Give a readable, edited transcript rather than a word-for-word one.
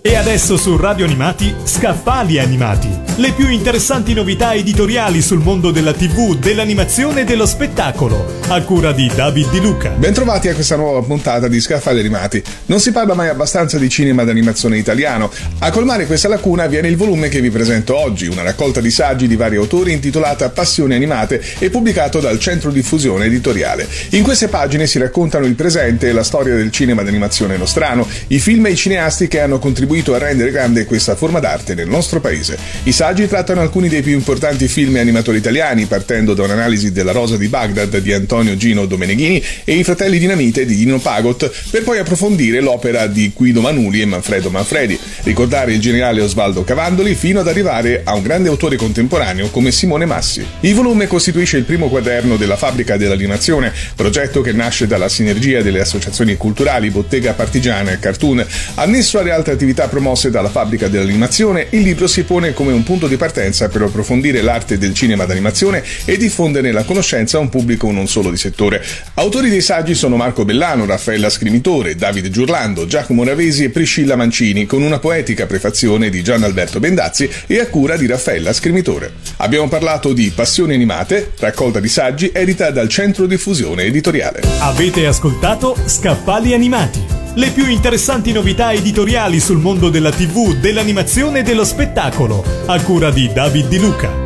E adesso su Radio Animati, Scaffali Animati. Le più interessanti novità editoriali sul mondo della TV, dell'animazione e dello spettacolo. A cura di David Di Luca. Bentrovati a questa nuova puntata di Scaffali Animati. Non si parla mai abbastanza di cinema d'animazione italiano. A colmare questa lacuna viene il volume che vi presento oggi, una raccolta di saggi di vari autori intitolata Passioni Animate e pubblicato dal Centro Diffusione Editoriale. In queste pagine si raccontano il presente e la storia del cinema d'animazione nostrano, i film e i cineasti che hanno contribuito a rendere grande questa forma d'arte nel nostro paese. I saggi trattano alcuni dei più importanti film e animatori italiani, partendo da un'analisi della Rosa di Baghdad di Antonio Gino Domeneghini e I Fratelli Dinamite di Dino Pagot, per poi approfondire l'opera di Guido Manuli e Manfredo Manfredi, ricordare il generale Osvaldo Cavandoli fino ad arrivare a un grande autore contemporaneo come Simone Massi. Il volume costituisce il primo quaderno della Fabbrica dell'Animazione, progetto che nasce dalla sinergia delle associazioni culturali Bottega Partigiana e Cartoon. Annesso alle altre attività promosse dalla Fabbrica dell'Animazione, il libro si pone come un punto di partenza per approfondire l'arte del cinema d'animazione e diffondere la conoscenza a un pubblico non solo di settore. Autori dei saggi sono Marco Bellano, Raffaella Scrimitore, Davide Giurlando, Giacomo Ravesi e Priscilla Mancini, con una poetica prefazione di Gian Alberto Bendazzi e a cura di Raffaella Scrimitore. Abbiamo parlato di Passioni Animate, raccolta di saggi edita dal Centro Diffusione Editoriale. Avete ascoltato Scaffali Animati. Le più interessanti novità editoriali sul mondo della TV, dell'animazione e dello spettacolo, a cura di David Di Luca.